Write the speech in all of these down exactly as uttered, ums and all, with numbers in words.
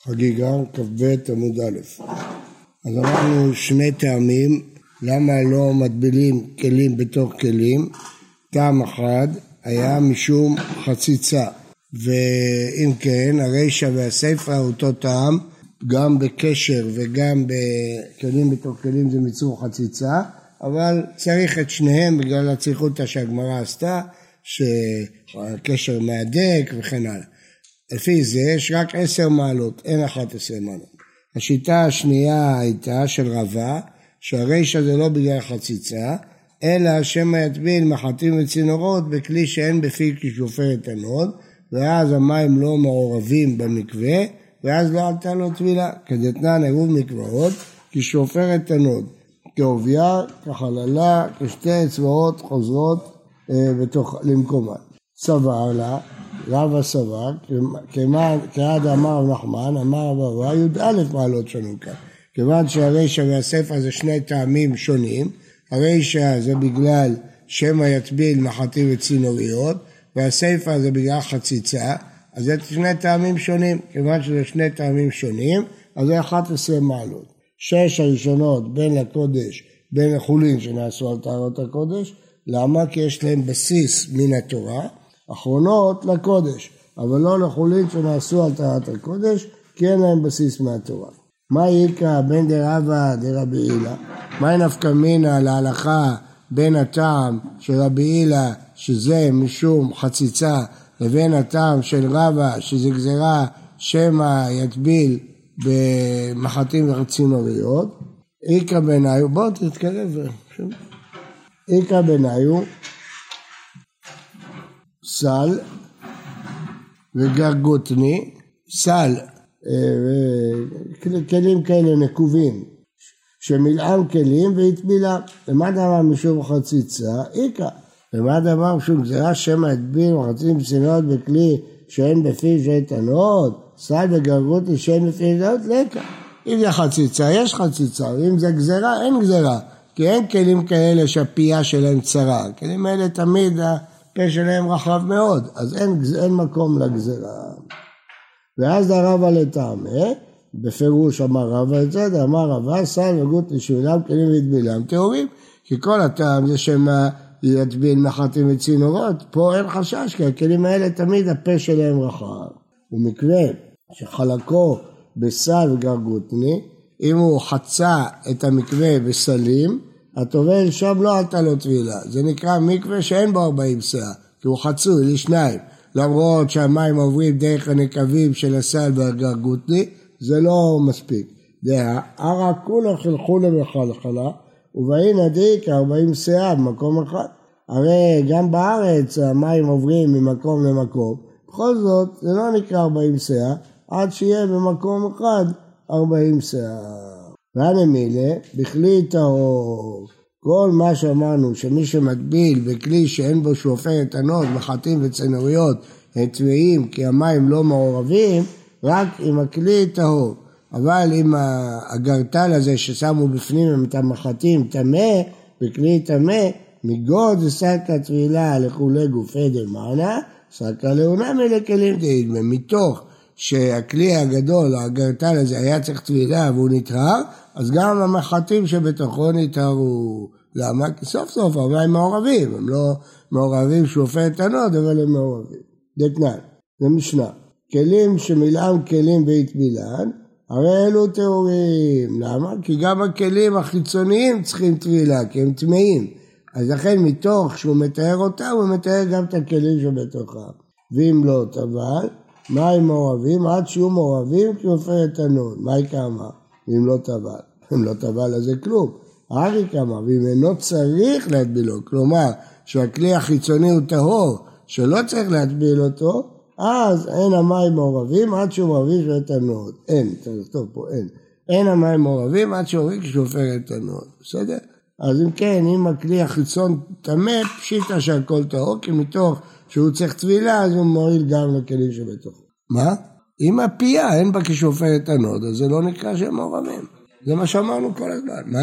חגיגה כ"ב עמוד א'. אז אמרנו שני טעמים למה לא מטבילים כלים בתוך כלים. טעם אחד היה משום חציצה, ואם כן הרישא והסיפא אותו טעם, גם בקשר וגם בכלים בתוך כלים זה מצור חציצה, אבל צריך את שניהם בגלל הצריכותא שהגמרא עשתה, שהקשר מהדק וכן הלאה. לפי זה יש רק עשר מעלות, אין אחת עשר מעלות. השיטה השנייה הייתה של רבה, שהרישא זה לא בגלל חציצה, אלא שמא יטביל מחטים וצינורות בכלי שאין בפי כשופרת הנוד, ואז המים לא מעורבים במקווה, ואז לא עלתה לו טבילה. כדתנן עירוב מקוואות, כשופרת הנוד, כעובייה, כחללה, כשתי אצבעות חוזרות אה, בתוך, למקומן. סבר לה, רבא סבר, כעד אמר רב נחמן, אמר רב אבא, י"א מעלות שונות כאן. כיוון שהרישא והסיפא זה שני טעמים שונים, הרישא זה בגלל שמא יטביל מחטים וצינוריות, והסיפא זה בגלל חציצה, אז זה שני טעמים שונים. כיוון שזה שני טעמים שונים, אז זה אחת עשרה מעלות. שש הראשונות בין לקודש, בין לחולין שנעשו על טהרת הקודש, למה? כי יש להם בסיס מן התורה, אחרונות לקודש, אבל לא לחולין שנעשו על טהרת הקודש, כי אין להם בסיס מהתורה. מה יקרא בין דרבא דרבי הילה? מה נפקא מינה להלכה בין הטעם של רבי הילה, שזה משום חציצה, לבין הטעם של רבא, שזה גזירה שמא יטביל במחטים וצינוריות? יקרא ביניו, בואו תתקרב, יקרא ביניו, סל וגרגותני, סל, כלים כאלה נקובים, שמילאם כלים והטבילה. למה דבר משום חציצה? איקה. למה דבר משום גזירה שמא יטביל מחטים וצינורות בכלי שאין בפיו שאת הנוד, סל וגרגותני שאין בפיו שאת לקה. אם זה חציצה, יש חציצה, ואם זה גזירה, אין גזירה, כי אין כלים כאלה שהפייה שלהם צרה. כלים האלה תמיד הפה שלהם רחב מאוד, אז אין, אין מקום לגזירה. ואז דרבה לטעמה, בפירוש אמר רבא את זה, אמר רבא, סל וגרגותני שמילאם כלים והטבילם טהורים, כי כל הטעם זה שמא יטביל מחטים וצינורות, פה אין חשש, כי הכלים האלה תמיד הפה שלהם רחב. ומקווה שחלקו בסל וגרגותני, אם הוא חצה את המקווה בסלים, הטובל שם לא עלתה לו טבילה. זה נקרא מקווה שאין בו ארבעים שאה, כי הוא חצוי לשניים. למרות שהמים עוברים דרך הנקבים של הסל והגרגותני, זה לא מספיק. דעה, ערה כולה חלחולה וחלחלה, ובאין עדיק ארבעים שאה במקום אחד. הרי גם בארץ המים עוברים ממקום למקום, בכל זאת זה לא נקרא ארבעים שאה, עד שיהיה במקום אחד ארבעים שאה. והנמילה, בכלי טהור, כל מה שאמרנו שמי שמטביל בכלי שאין בו שופרת הנוד, מחטים וצינוריות, הם טמאים כי המים לא מעורבים, רק עם הכלי טהור. אבל עם הגרטל הזה ששמו בפנים את המחטים טמא, בכלי טמא, מגוד וסקה טבילה לכולי גופי דמנה, סקה לעונמי לכלים דהידמה. מתוך שהכלי הגדול, הגרטל הזה, היה צריך טבילה והוא נטהר, אז גם המחטים שבתוכו נטהרו. למה? כי סוף סוף המים מעורבים, הם לא מעורבים שופרת הנוד, אבל הם מעורבים. דתנן, זה משנה. כלים שמילאם כלים והטבילן, הרי אלו טהורים. למה? כי גם הכלים החיצוניים צריכים טבילה, כי הם טמאים. אז לכן מתוך שהוא מתאר אותם, הוא מתאר גם את הכלים שבתוכם. ואם לא טבל, מים מעורבים, עד שיהיו מעורבים כשופרת הנוד. מה יקמה? ואם לא טבל. אם לא טבל אז זה כלום. הרי כמה, ואם אינו צריך להטבילו, כלומר שהכלי החיצוני הוא טהור, שלא צריך להטביל אותו, אז אין המים מעורבים עד שהוא מעורבים כשופרת הנוד. אין, צריך לכתוב פה, אין. אין המים מעורבים עד שהוא כשופרת הנוד. בסדר? אז אם כן, אם הכלי החיצון טמא, פשיטה שהכל טהור, כי מתוך שהוא צריך טבילה, אז הוא מועיל גם לכלים שבתוכו. מה? אם הפייה אין בה כשופרת הנוד, אז זה לא נקרא שהם מעורבים. זה מה שאמרנו כל הזמן. מה?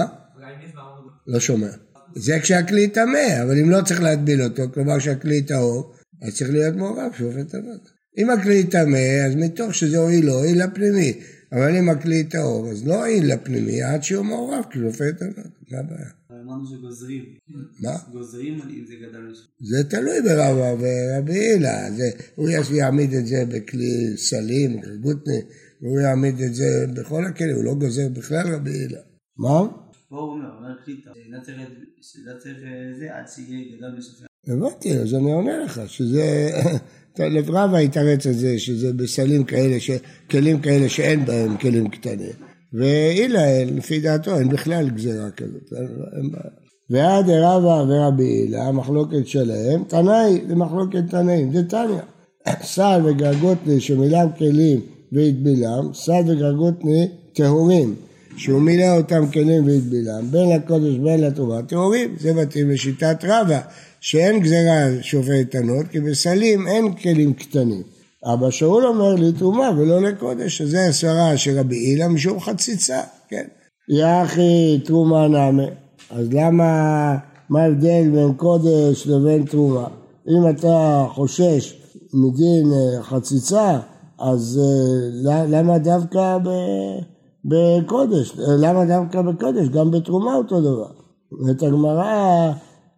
לא שומע. זה כשהכלי טמא, אבל אם לא צריך להטביל אותו, כלומר שהכלי טהור, אז צריך להיות מעורב שופרת הנוד. אם הכלי טמא, אז מתוך שזה הועיל לו, הועיל לפנימי. אבל אם הכלי טהור, אז לא הועיל לפנימי, עד שהוא מעורב, כי הוא שופט תנות. מה הבעיה? אמרנו שגוזרים. מה? גוזרים אם זה גדל לשם. זה תלוי ברבא ורבי הילה. הוא יעמיד את זה בכלי סלים, גוטני, והוא יעמיד את זה בכל הכלי, הוא לא גוזר בכלל רבי הילה. מה? פה הוא אומר, אומר קליטה, שזה צריך זה עד שיהיה גדל לשם. הבנתי, אז אני עונה לך, שזה, רבא יתרץ את זה, שזה בסלים כאלה, כלים כאלה שאין בהם כלים קטנים. והילה, לפי דעתו, אין בכלל גזירה כזאת. ועד רבא ורבי הילה, המחלוקת שלהם, תנאי, זה מחלוקת תנאים, זה תניא. סל וגרגותני שמילם כלים והטבילם, סל וגרגותני טהורים, שהוא מילא אותם כלים והטבילם, בין לקודש בין לטומאה, טהורים, זה מתאים לשיטת רבא, שאין גזירה שופט תנות, כי בסלים אין כלים קטנים. אבא שאול אומר לי טומאה ולא לקודש, שזה הסברה של רבי הילה משום חציצה, כן? יחי תרומה נעמה, אז למה, מה ההבדל בין קודש לבין תרומה? אם אתה חושש מדין חציצה, אז למה דווקא בקודש? למה דווקא בקודש? גם בתרומה אותו דבר. ואת הגמרא,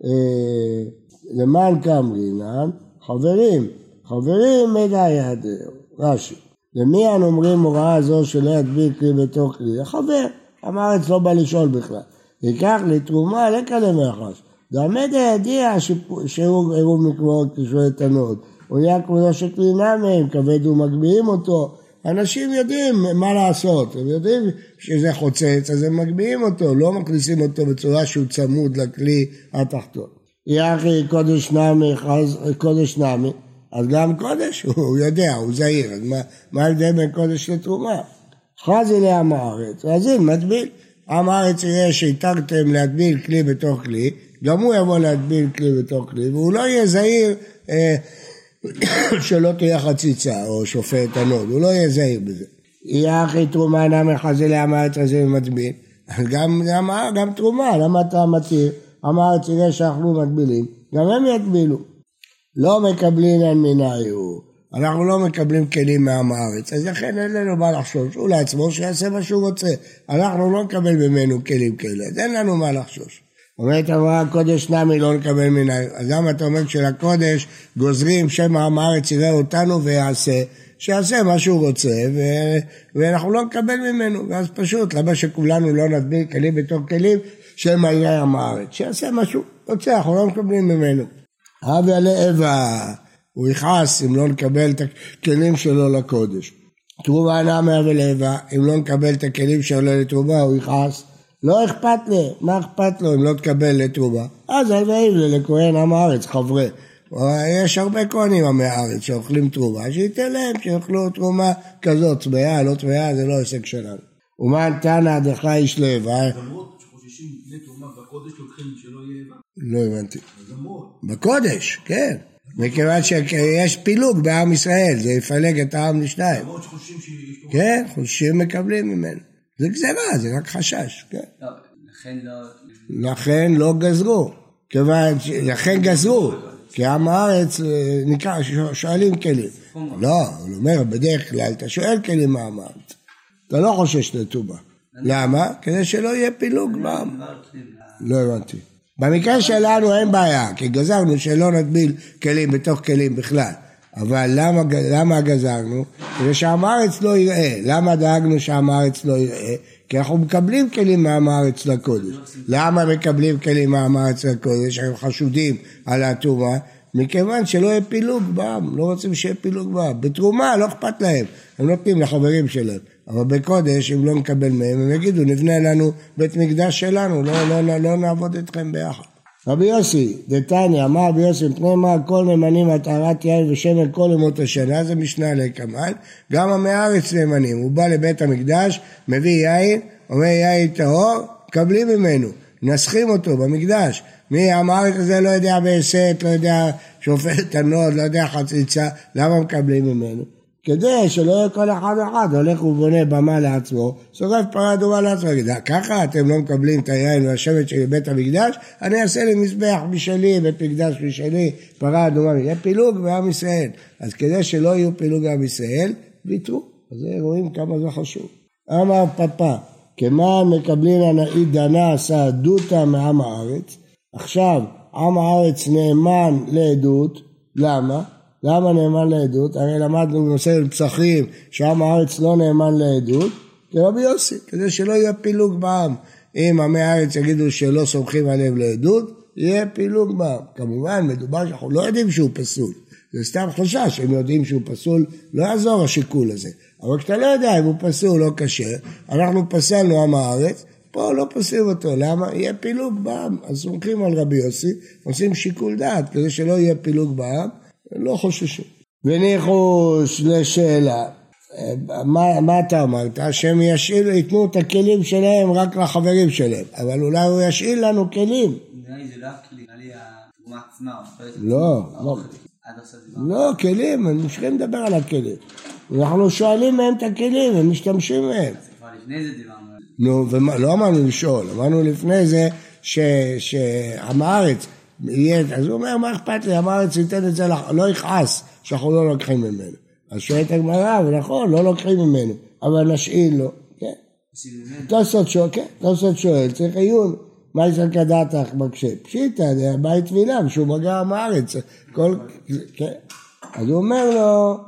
למען קמרינן, חברים, חברים מדע יהדר, רש"י. למי אנו אומרים הוראה זו שלא ידביק כלי בתוך כלי? החבר, המארץ לא בא לשאול בכלל. ייקח לתרומה לקלה מאחש. דמדע ידיע שהוא עירוב מקוואות כשואל תנות. הוא נהיה כבודו של כלי נמי, כבד ומגביהים אותו. אנשים יודעים מה לעשות, הם יודעים שזה חוצץ, אז הם מגביהים אותו, לא מכניסים אותו בצורה שהוא צמוד לכלי התחתון. יחי קודש נמי, קודש נמי, אז גם קודש, הוא יודע, הוא זהיר, אז מה, מה ההבדל בין קודש לתרומה? חזי לעם הארץ, אז אם מטביל, עם הארץ יראה שהתרתם להטביל כלי בתוך כלי, גם הוא יבוא להטביל כלי בתוך כלי, והוא לא יהיה זהיר אה, שלא תהיה חציצה או שופט תנות, הוא לא יהיה זהיר בזה. יהיה אחי תרומה נמי חזי לעם הארץ הזה מטביל, גם, גם, גם תרומה, למה אתה מתיר? עם הארץ יראה שאנחנו מטבילים, גם הם יטבילו. לא מקבלים אין מנהיו, אנחנו לא מקבלים כלים מעם הארץ, אז לכן אין לנו מה לחשוש, הוא לעצמו שיעשה מה שהוא רוצה, אנחנו לא נקבל ממנו כלים כאלה, אז אין לנו מה לחשוש. אומרת אמרה, קודש נמי לא נקבל מנהיו, אז למה אתה אומר שלקודש גוזרים שם העם הארץ יראה אותנו ויעשה, שיעשה מה שהוא רוצה, ו... ואנחנו לא נקבל ממנו, ואז פשוט, למה שכולנו לא נטביל כלים בתור כלים, שם יראה העם הארץ, שיעשה מה שהוא רוצה, אנחנו לא מקבלים ממנו. אבי עלי אבה, הוא יכעס אם לא נקבל את הכלים שלו לקודש. תרומה נמי אבי עלי אבה, אם לא נקבל את הכלים שלו לתרומה, הוא יכעס. לא אכפת לי, מה אכפת לו אם לא תקבל לתרומה? אז הלוואים לי לכהן עם הארץ, חברי. יש הרבה כהנים עמי הארץ שאוכלים תרומה, שייתן להם שיאכלו תרומה כזאת, צבעה, לא צבעה, זה לא עסק שלנו. ומה נתנה דך איש לאבה? למרות שחוששים לפני תרומה בקודש לוקחים שלא יהיה אבה? לא הבנתי. בקודש, כן. מכיוון שיש פילוג בעם ישראל, זה יפלג את העם לשניים. למרות שחוששים שיש תרומה. כן, חוששים מקבלים ממנו. זה גזרה, זה רק חשש, כן. לא, לכן לא... לכן לא גזרו. כיוון, לכן גזרו. כי עם הארץ נקרא, שואלים כלים. לא, הוא אומר, בדרך כלל, אתה שואל כלים מהעם הארץ. אתה לא חושש לטובה. למה? כדי שלא יהיה פילוג בעם. לא הבנתי. במקרה שלנו אין בעיה, כי גזרנו שלא נטביל כלים בתוך כלים בכלל. אבל למה, למה גזרנו? כדי שעם הארץ לא יראה. למה דאגנו שעם הארץ לא יראה? כי אנחנו מקבלים כלים מעם הארץ לקודש. למה מקבלים כלים מעם הארץ לקודש? הם חשודים על התרומה, מכיוון שלא יהיה פילוג בעם, לא רוצים שיהיה פילוג בעם. בתרומה לא אכפת להם, הם נותנים לחברים שלהם. אבל בקודש, אם לא נקבל מהם, הם יגידו, נבנה לנו בית מקדש שלנו, לא, לא, לא, לא נעבוד אתכם ביחד. רבי יוסי, דתניא, אמר רבי יוסי, מפני מה כל נאמנים על טהרת יין ושמן כל ימות השנה, זה משנה לקמאן, גם עמי הארץ נאמנים, הוא בא לבית המקדש, מביא יין, אומר יין טהור, קבלים ממנו, נסחים אותו במקדש, מי עם הארץ הזה לא יודע בעשת, לא יודע שופט תנות, לא יודע חציצה, למה מקבלים ממנו? כדי שלא יהיה כל אחד אחד, הולך ובונה במה לעצמו, שורף פרה אדומה לעצמו, יגיד, ככה אתם לא מקבלים את היין והשבט שלי בבית המקדש, אני אעשה לי מזבח משלי, בית מקדש משלי, פרה אדומה, יהיה פילוג בעם ישראל. אז כדי שלא יהיו פילוג בעם ישראל, ויתרו. אז רואים כמה זה חשוב. אמר פפא, כמה מקבלים הנאי דנה עשה עדותה מעם הארץ, עכשיו עם הארץ נאמן לעדות, למה? למה נאמן לעדות? הרי למדנו בנושא פסחים שעם הארץ לא נאמן לעדות, כרבי יוסי, כדי שלא יהיה פילוג בעם. אם עמי הארץ יגידו שלא סומכים עליהם לעדות, יהיה פילוג בעם. כמובן, מדובר שאנחנו לא יודעים שהוא פסול. זה סתם חשש, אם יודעים שהוא פסול, לא יעזור השיקול הזה. אבל כשאתה לא יודע אם הוא פסול או כשר, אנחנו פסלנו עם הארץ, פה לא פוסלים אותו. למה? יהיה פילוג בעם. אז סומכים על רבי יוסי, עושים שיקול דעת, כדי שלא יהיה פילוג בעם, לא חוששים. וניחוש לשאלה, מה, מה אתה אמרת? שהם ישאילו, ייתנו את הכלים שלהם רק לחברים שלהם, אבל אולי הוא ישאיל לנו כלים. נראה לי זה לא הכלי, נראה לי התרומה עצמה. לא, לא. לא, כלים, אני משכים לדבר על הכלים. אנחנו שואלים מהם את הכלים, הם משתמשים מהם. כבר לפני זה דיברנו. נו, ולא אמרנו לשאול, אמרנו לפני זה שעם הארץ יהיה, אז הוא אומר, מה אכפת לי, עם הארץ ייתן את זה, לא יכעס שאנחנו לא לוקחים ממנו. אז שואלת הגמרא, ונכון, לא לוקחים ממנו, אבל נשאיל לו, כן. תוספות שואל, כן, תוספות שואל, צריך עיון. מה יש לך דעתך מקשה? פשיטה, זה בית תפילה, שהוא מגע עם הארץ, כל, כן. אז הוא אומר לו,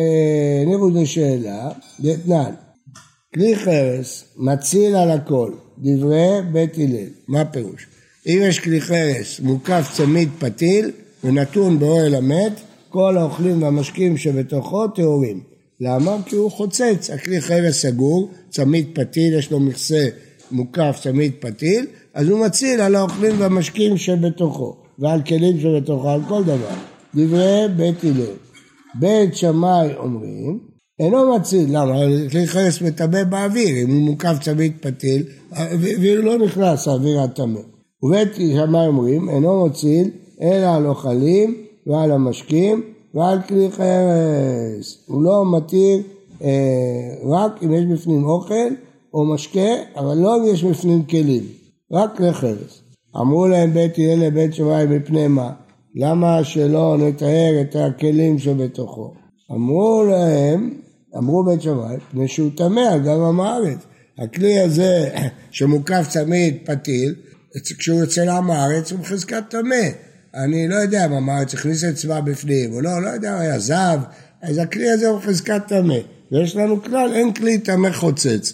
נירו זו שאלה, דתנן, כלי חרס מציל על הכל, דברי בית הלל, מה פירוש? אם יש כלי חרס מוקף צמיד פתיל ונתון באוהל המת, כל האוכלים והמשקים שבתוכו טהורים. למה? כי הוא חוצץ, הכלי חרס סגור, צמיד פתיל, יש לו מכסה מוקף צמיד פתיל, אז הוא מציל על האוכלים והמשקים שבתוכו, ועל כלים שבתוכו, על כל דבר. דברי בית הלל. בית שמאי אומרים, אינו מציל, למה? כלי חרס מטמא באוויר, אם הוא מוקף צמיד פתיל, והוא לא נכנס האוויר הטמא. ובית שמאי אומרים, אינו מציל, אלא על אוכלים ועל המשקים ועל כלי חרס. הוא לא מתיר אה, רק אם יש בפנים אוכל או משקה, אבל לא אם יש בפנים כלים, רק כלי חרס. אמרו להם בית הלל לבית שמאי מפני מה? למה שלא נתאר את הכלים שבתוכו? אמרו להם, אמרו בית שמאי, פני שהוא טמא גם עם הארץ. הכלי הזה שמוקף צמיד פתיל, כשהוא יוצא לעם הארץ הוא בחזקת טמא. אני לא יודע מה הארץ הכניס אצבע בפנים, או לא, לא יודע, היה זהב, אז הכלי הזה הוא בחזקת טמא. ויש לנו כלל, אין כלי טמא חוצץ.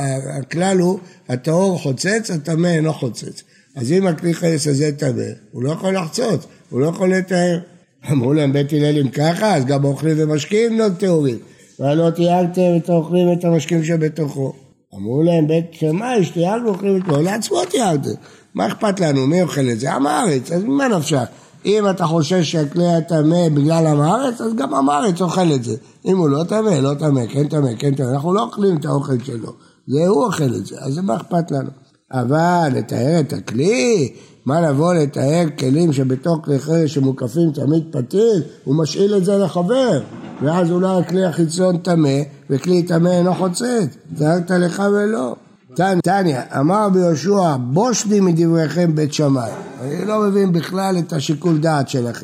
הכלל הוא, הטהור חוצץ, הטמא אינו חוצץ. אז אם הכלי חרס הזה טמא, הוא לא יכול לחצות, הוא לא יכול לתאר. אמרו להם בית הלל אם ככה, אז גם אוכלים ומשקים לא טהורים. ולא תיארתם את האוכלים ואת המשקים שבתוכו. אמרו להם בית שמאי, שתיארנו אוכלים את כל לעצמו תיארתם. מה אכפת לנו? מי אוכל את זה? עם הארץ, אז מה נפשך? אם אתה חושש שהכלי היה טמא בגלל עם הארץ, אז גם עם הארץ אוכל את זה. אם הוא לא טמא, לא טמא, כן טמא, כן טמא. אנחנו לא אוכלים את האוכל שלו. זה הוא אוכל את זה, אז מה אכפת לנו? אבל לתאר את הכלי, מה נבוא לתאר כלים שבתוך כלי חרס שמוקפים תמיד פתיל, הוא משאיל את זה לחבר, ואז אולי הכלי החיצון טמא, וכלי טמא אינו חוצץ. תארת לך ולא. תניא, אמר ביהושע, בוש לי מדבריכם בית שמאי. אני לא מבין בכלל את השיקול דעת שלכם.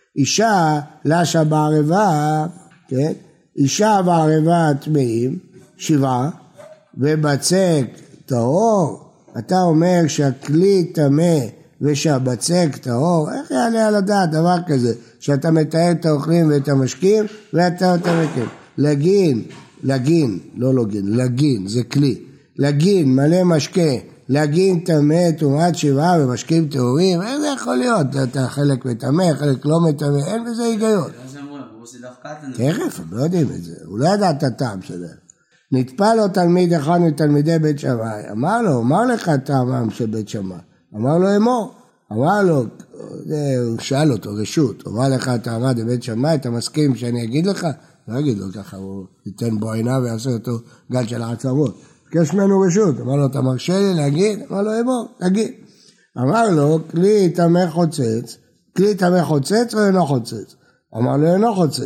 אישה לשה בערבה, כן? אישה בערבה טמאים, שבעה, ובצק טהור. אתה אומר שהכלי טמא ושהבצק טהור, איך יעלה על הדעת דבר כזה? שאתה מתאר את האוכלים ואת המשקים, ואתה טמא כן. לגין, לגין, לא לוגין, לגין, זה כלי. לגין, מלא משקה, לגין טמא, טומאת שבעה ומשקים טהורים, איך זה יכול להיות? אתה חלק מטמא, חלק לא מטמא, אין בזה היגיון. תכף, הם לא יודעים את זה, הוא לא ידע את הטעם שלהם. נטפל לו תלמיד אחד מתלמידי בית שמאי, אמר לו, אמר לך טעמם של בית שמאי, אמר לו אמור, אמר לו, הוא שאל אותו רשות, אמר לך טעמה בבית שמאי, אתה מסכים שאני אגיד לך? לא אגיד לו ככה, הוא ייתן בו עינה ויעשה אותו גל של העצמות. ביקש ממנו רשות, אמר לו, אתה מרשה לי להגיד? אמר לו, אמור, תגיד. אמר לו, כלי טמא חוצץ, כלי טמא חוצץ או אינו חוצץ? אמר לו, אינו חוצץ.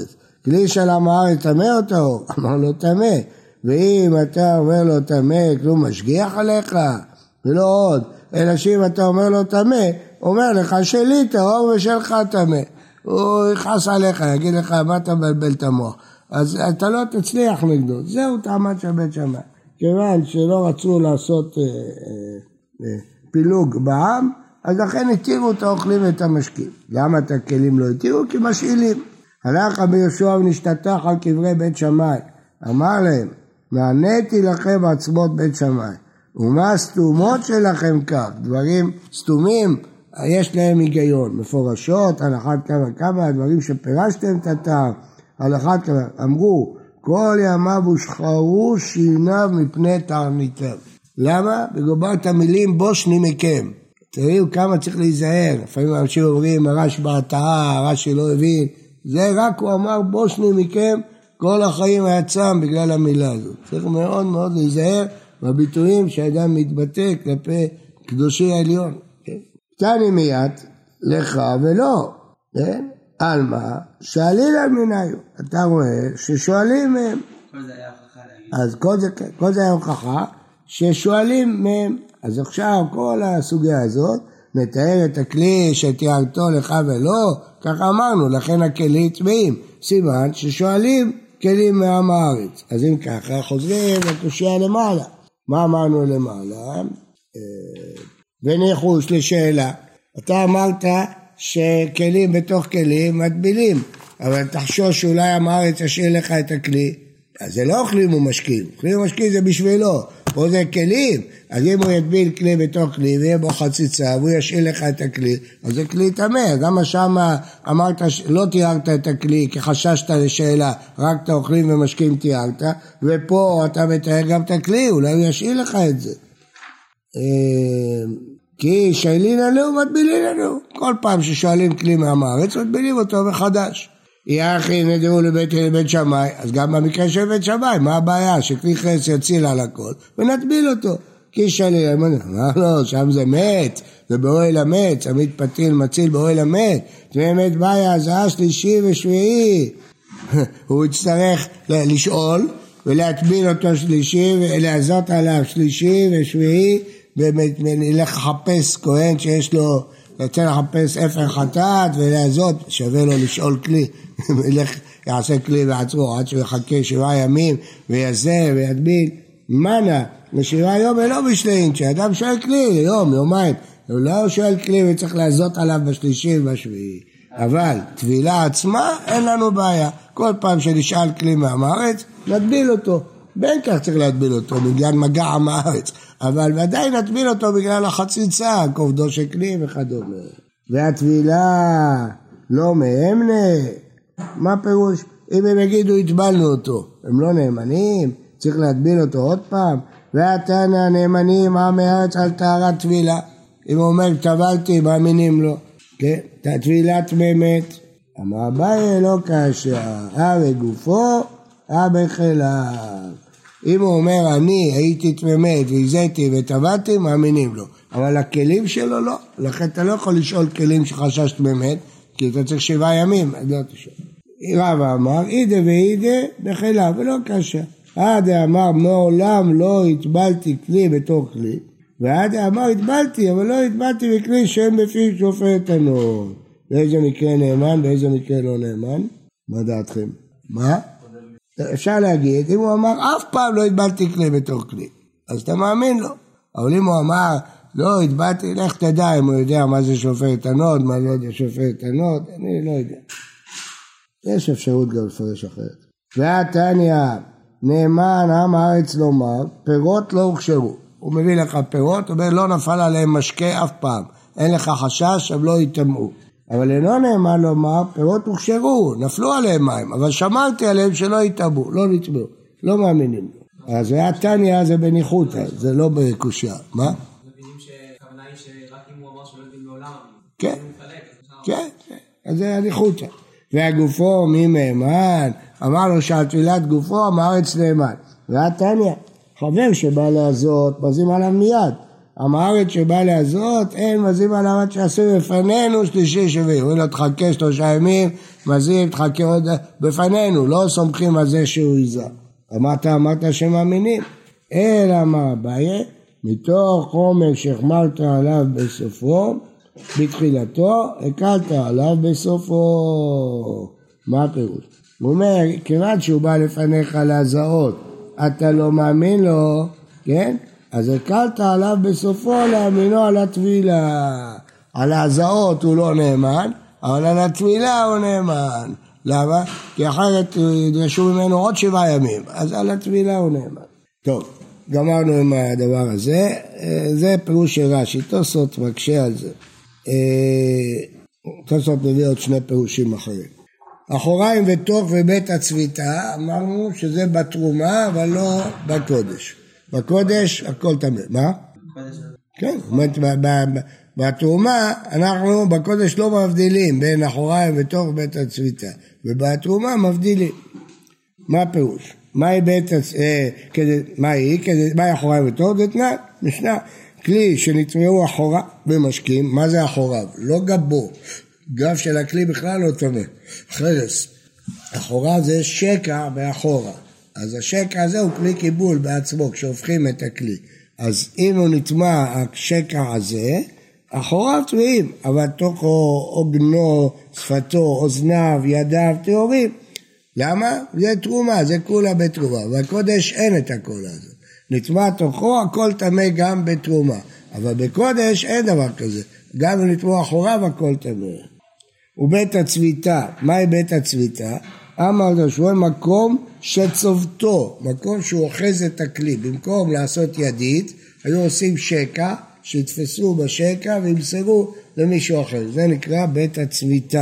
כלי של עם הארץ טמא או טהור? אמר לו טמא. ואם אתה אומר לו טמא, כלום משגיח עליך? ולא עוד, אלא שאם אתה אומר לו טמא, אומר לך שלי טהור ושלך טמא. הוא יכעס עליך, יגיד לך מה אתה מבלבל את המוח. אז אתה לא תצליח נגדו. זהו טעמת של בית שמאי. כיוון שלא רצו לעשות אה, אה, אה, פילוג בעם, אז לכן התירו את האוכלים ואת המשקים. למה את הכלים לא התירו? כי משאילים. הלך רבי יהושע ונשתטח על קברי בית שמאי. אמר להם, נעניתי לכם עצמות בית שמאי. ומה הסתומות שלכם כך? דברים סתומים, יש להם היגיון. מפורשות, על אחת כמה כמה, הדברים שפירשתם את הטעם, על אחת כמה, אמרו, כל ימיו הושחרו שיניו מפני תרניתיו. למה? בגובר את המילים בושני מכם. תראו כמה צריך להיזהר. לפעמים אנשים אומרים, הרש בהתאה, הרש שלא הבין. זה רק הוא אמר בושני מכם, כל החיים היה צם בגלל המילה הזאת. צריך מאוד מאוד להיזהר בביטויים שהאדם מתבטא כלפי קדושי העליון. תני מיד לך ולא. כן? על מה? שאליל על מיניו. אתה רואה ששואלים מהם. כל זה היה הוכחה להגיד. אז כל זה, כל זה היה הוכחה ששואלים מהם. אז עכשיו כל הסוגיה הזאת נתאר את הכלי שתיארתו לך ולא. ככה אמרנו, לכן הכלים טמאים. סימן ששואלים כלים מעם הארץ. אז אם ככה חוזרים לקושיה למעלה. מה אמרנו למעלה? וניחוש לשאלה. אתה אמרת שכלים בתוך כלים מטבילים, אבל תחשוש שאולי עם הארץ ישאיר לך את הכלי. אז זה לא אוכלים ומשקים. אוכלים ומשקים זה בשבילו. פה זה כלים. אז אם הוא יטביל כלי בתוך כלי ויהיה בו חציצה והוא ישאיר לך את הכלי, אז זה כלי טמא. גם שמה אמרת לא תיארת את הכלי כי חששת לשאלה, רק את האוכלים ומשקים תיארת, ופה אתה מתאר גם את הכלי, אולי הוא ישאיר לך את זה. כי שאלים לנו מטבילים לנו. כל פעם ששואלים כלי מהארץ מטבילים אותו מחדש. יחי נדרו לבית, לבית שמאי, אז גם במקרה של בית שמאי, מה הבעיה? שכלי חס יציל על הכל ונטביל אותו. כי שאלים, אמר לו, שם זה מת, זה באוהל המת, עמית פתיל מציל באוהל המת, באמת בעיה, זה השלישי ושביעי. הוא יצטרך לשאול ולהטביל אותו שלישי ולעזות עליו שלישי ושביעי, באמת נלך לחפש כהן שיש לו, יצא לחפש אפר חטאת ולעזות, שווה לו לשאול כלי, ילך יעשה כלי בעצמו עד שהוא יחכה שבעה ימים ויעשה ויטביל. מנה, לשבעה יום ולא בשלעים, כשאדם שואל כלי ליום, יומיים, הוא לא שואל כלי וצריך לעזות עליו בשלישי ובשביעי. אבל טבילה עצמה אין לנו בעיה, כל פעם שנשאל כלי מהארץ נטביל אותו. בין כך צריך להטביל אותו בגלל מגע עם הארץ, אבל ודאי נטביל אותו בגלל החציצה, כובדו של כלי וכדומה. והטבילה לא מאמנה, מה פירוש? אם הם יגידו הטבלנו אותו, הם לא נאמנים, צריך להטביל אותו עוד פעם. והתנא נאמנים עם הארץ על טהרת טבילה, אם הוא אומר טבלתי מאמינים לו, כן? טבילת באמת, אמר אביי לא כאשר, אה בגופו, אה בחילה. אם הוא אומר אני הייתי תממת והזיתי וטבעתי, מאמינים לו. אבל הכלים שלו לא. לכן אתה לא יכול לשאול כלים שחשש תממת, כי אתה צריך שבעה ימים. אז לא תשאול. רב אמר, אידה ואידה בחילה, ולא קשה. עדה אמר, מעולם לא התבלתי כלי בתור כלי, ועדה אמר, התבלתי, אבל לא התבלתי בכלי שהם בפי שופט הנור. באיזה מקרה נאמן, באיזה מקרה לא נאמן? מה דעתכם? מה? אפשר להגיד, אם הוא אמר, אף פעם לא התבלתי כלי בתור כלי, אז אתה מאמין לו. אבל אם הוא אמר, לא התבלתי, לך תדע אם הוא יודע מה זה שופט הנוד, מה לא יודע שופט הנוד, אני לא יודע. יש אפשרות גם לפרש אחרת. והתניא, נאמן עם הארץ לומר, פירות לא הוכשרו. הוא מביא לך פירות, הוא אומר, לא נפל עליהם משקה אף פעם. אין לך חשש, הם לא יטמאו. אבל אינו נאמן לומר, פירות הוכשרו, נפלו עליהם מים, אבל שמרתי עליהם שלא יטמאו, לא נטמאו, לא מאמינים. אז התניא זה בניחותא, זה לא בקושיה. מה? מבינים שהכוונה היא שרק אם הוא אמר שלא יודעים לעולם, כן, כן, אז זה הניחותא. והגופו מי מאמן? אמר לו שעל טבילת גופו, המארץ נאמן. והתניא, חבר שבא לעזות, בזים עליו מיד. המארץ שבא להזות, אין מזים עליו עד שעשו בפנינו שלישי שביעי. הוא לא תחכה שלושה ימים, מזים תחכה עוד בפנינו, לא סומכים על זה שהוא יזע. אמרת, אמרת שמאמינים. אלא מה הבעיה? מתוך חומר שהחמרת עליו בסופו, בתחילתו, הקלת עליו בסופו. מה הפירוש? הוא אומר, כיוון שהוא בא לפניך להזעות, אתה לא מאמין לו, כן? אז הקלת עליו בסופו להאמינו על הטבילה. על ההזעות הוא לא נאמן, אבל על הטבילה הוא נאמן. למה? כי אחרת ידרשו ממנו עוד שבעה ימים, אז על הטבילה הוא נאמן. טוב, גמרנו עם הדבר הזה, זה פירוש של רש"י, תוספות מקשה על זה. תוספות מביא עוד שני פירושים אחרים. אחוריים ותוך ובית הצביתה, אמרנו שזה בתרומה, אבל לא בקודש. בקודש הכל תמיד. מה? כן, זאת אומרת, בתרומה אנחנו בקודש לא מבדילים בין אחוריים ותוך ובית הצביתה, ובתרומה מבדילים. מה הפירוש? מהי בית הצביתה? מהי? מהי אחוריים ותוך? זה תנאי, משנה. כלי שנטמעו אחורה ומשקים, מה זה אחוריו? לא גבו. גב של הכלי בכלל לא טמא, חרס. אחורה זה שקע באחורה, אז השקע הזה הוא כלי קיבול בעצמו כשהופכים את הכלי. אז אם הוא נטמע השקע הזה, אחוריו טמאים, אבל תוכו, עוגנו, שפתו, אוזניו, ידיו, טהורים. למה? זה תרומה, זה כולה בתרומה, והקודש אין את הכל הזה. נטמע תוכו, הכל טמא גם בתרומה, אבל בקודש אין דבר כזה. גם אם נטמע אחוריו, הכל טמא. ובית הצביתה, מהי בית הצביתה? אמר דרשו, מקום שצובתו, מקום שהוא אוחז את הכלי, במקום לעשות ידית, היו עושים שקע, שיתפסו בשקע וימסרו למישהו אחר, זה נקרא בית הצביתה.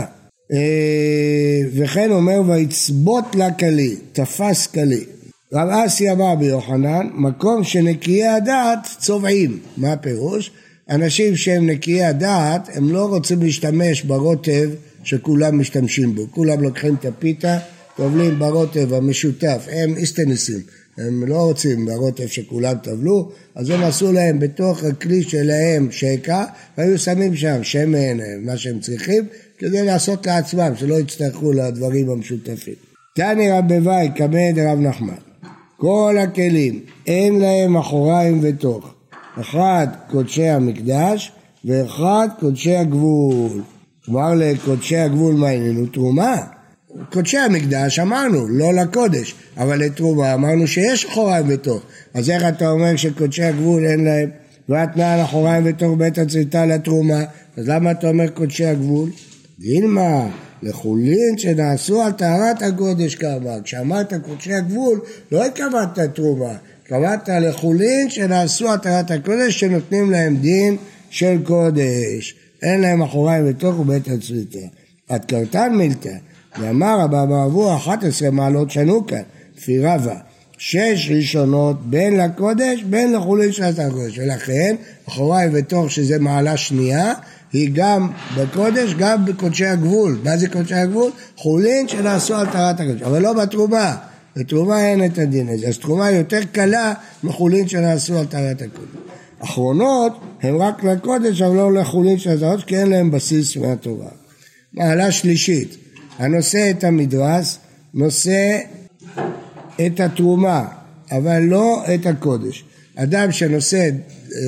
וכן אומר, ויצבות לה כלי, תפס כלי. רב אסי אמר ביוחנן, מקום שנקיי הדעת צובעים, מה הפירוש? אנשים שהם נקיי הדעת, הם לא רוצים להשתמש ברוטב שכולם משתמשים בו. כולם לוקחים את הפיתה, טובלים ברוטב המשותף, הם איסטניסים. הם לא רוצים ברוטב שכולם טבלו, אז הם עשו להם בתוך הכלי שלהם שקע, והיו שמים שם שמן, מה שהם צריכים, כדי לעשות לעצמם, שלא יצטרכו לדברים המשותפים. תני רב בוואי, כמד רב נחמן. כל הכלים, אין להם אחוריים ותוך. אחד קודשי המקדש ואחד קודשי הגבול. כלומר לקודשי הגבול מה איננו? תרומה. קודשי המקדש אמרנו, לא לקודש, אבל לתרומה אמרנו שיש אחוריים ותוך. אז איך אתה אומר שקודשי הגבול אין להם? והתנאה אחוריים ותוך בית הצביתה לתרומה, אז למה אתה אומר קודשי הגבול? דילמה, לחולין שנעשו על טהרת הקודש כאמר. כשאמרת קודשי הגבול, לא התכוונת תרומה. קבעת לחולין שנעשו התרת הקודש שנותנים להם דין של קודש. אין להם אחוריים בתוך ובית הצביתה. עד קרתן מילתא, ואמר רבא בעבור אחת עשרה מעלות שנוקה, לפי רבא, שש ראשונות בין לקודש בין לחולין של הקודש. ולכן אחוריים בתוך שזה מעלה שנייה, היא גם בקודש גם בקודשי הגבול. מה זה קודשי הגבול? חולין שנעשו על טהרת הקודש, אבל לא בתרומה. בתרומה אין את הדין הזה, אז תרומה יותר קלה מחולין שנעשו על טהרת הקודש. אחרונות הם רק לקודש, אבל לא לחולין של הקודש, כי אין להם בסיס מהתורה. מעלה שלישית, הנושא את המדרס, נושא את התרומה, אבל לא את הקודש. אדם שנושא אה,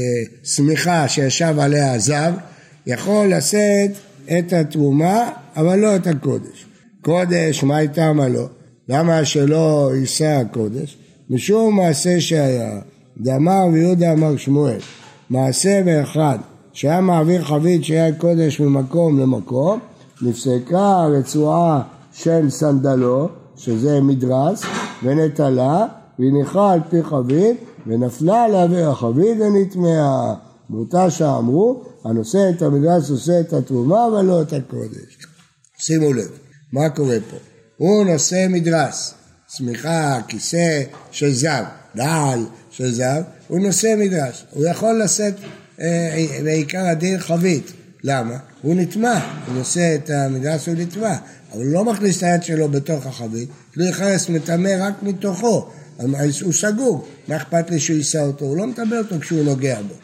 סמיכה שישב עליה הזב, יכול לשאת את התרומה, אבל לא את הקודש. קודש, מה איתה מה לא? למה שלא יישא הקודש? משום מעשה שהיה, דאמר ויהודה אמר שמואל, מעשה באחד, שהיה מעביר חבית שהיה קודש ממקום למקום, נפסקה רצועה של סנדלו, שזה מדרס, ונטלה, והניחה על פי חבית, ונפלה לעבר החבית ונטמעה. באותה שעה אמרו, הנושא את המדרס עושה את התרומה, אבל לא את הקודש. שימו לב, מה קורה פה? הוא נושא מדרס, סמיכה, כיסא של זב, דל של זב, הוא נושא מדרס. הוא יכול לשאת אה, בעיקר הדין חבית. למה? הוא נטמע, הוא נושא את המדרס והוא נטמע, אבל הוא לא מכניס את היד שלו בתוך החבית, כלי חרס מטמא רק מתוכו, הוא סגור, מה אכפת לי שהוא יישא אותו? הוא לא מטמא אותו כשהוא נוגע בו.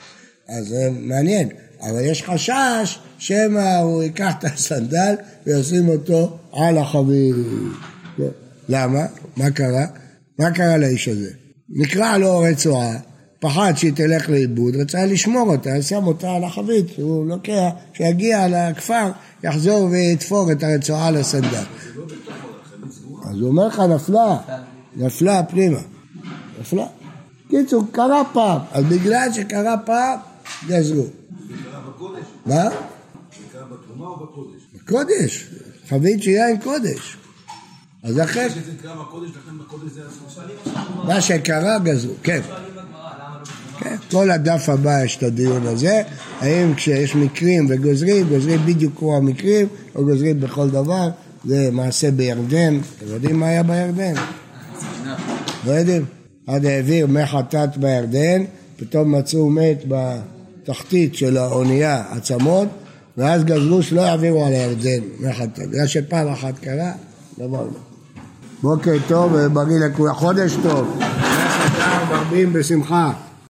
אז זה מעניין. אבל יש חשש שמא הוא ייקח את הסנדל וישים אותו על החבית. למה? מה קרה? מה קרה לאיש הזה? נקרא לו רצועה, פחד שהיא תלך לאיבוד, רצה לשמור אותה, שם אותה על החבית, הוא לוקח, כשיגיע לכפר, יחזור ויתפור את הרצועה לסנדל. אז הוא אומר לך, נפלה, נפלה פנימה, נפלה. קיצור, קרה פעם, אז בגלל שקרה פעם, גזרו. זה קרה בקודש? מה? זה קרה בתרומה או בקודש? בקודש, חבית שיהיה עם קודש. אז אחרי... שזה קרה בקודש, לכן בקודש זה הספורסלי? מה שקרה גזרו, כן. כן, כל הדף הבא יש את הדיון הזה, האם כשיש מקרים וגוזרים, גוזרים בדיוק כמו המקרים, או גוזרים בכל דבר, זה מעשה בירדן, אתם יודעים מה היה בירדן? לא יודעים? עד העביר מי חטאת בירדן, פתאום מצאו מת בתחתית של האונייה עצמות, ואז גזרו שלא יעבירו על הירדן מי חטאת, בגלל שפעם אחת קרה, דבר לא. בוקר טוב ובריא לכולם, חודש טוב, מרבים בשמחה.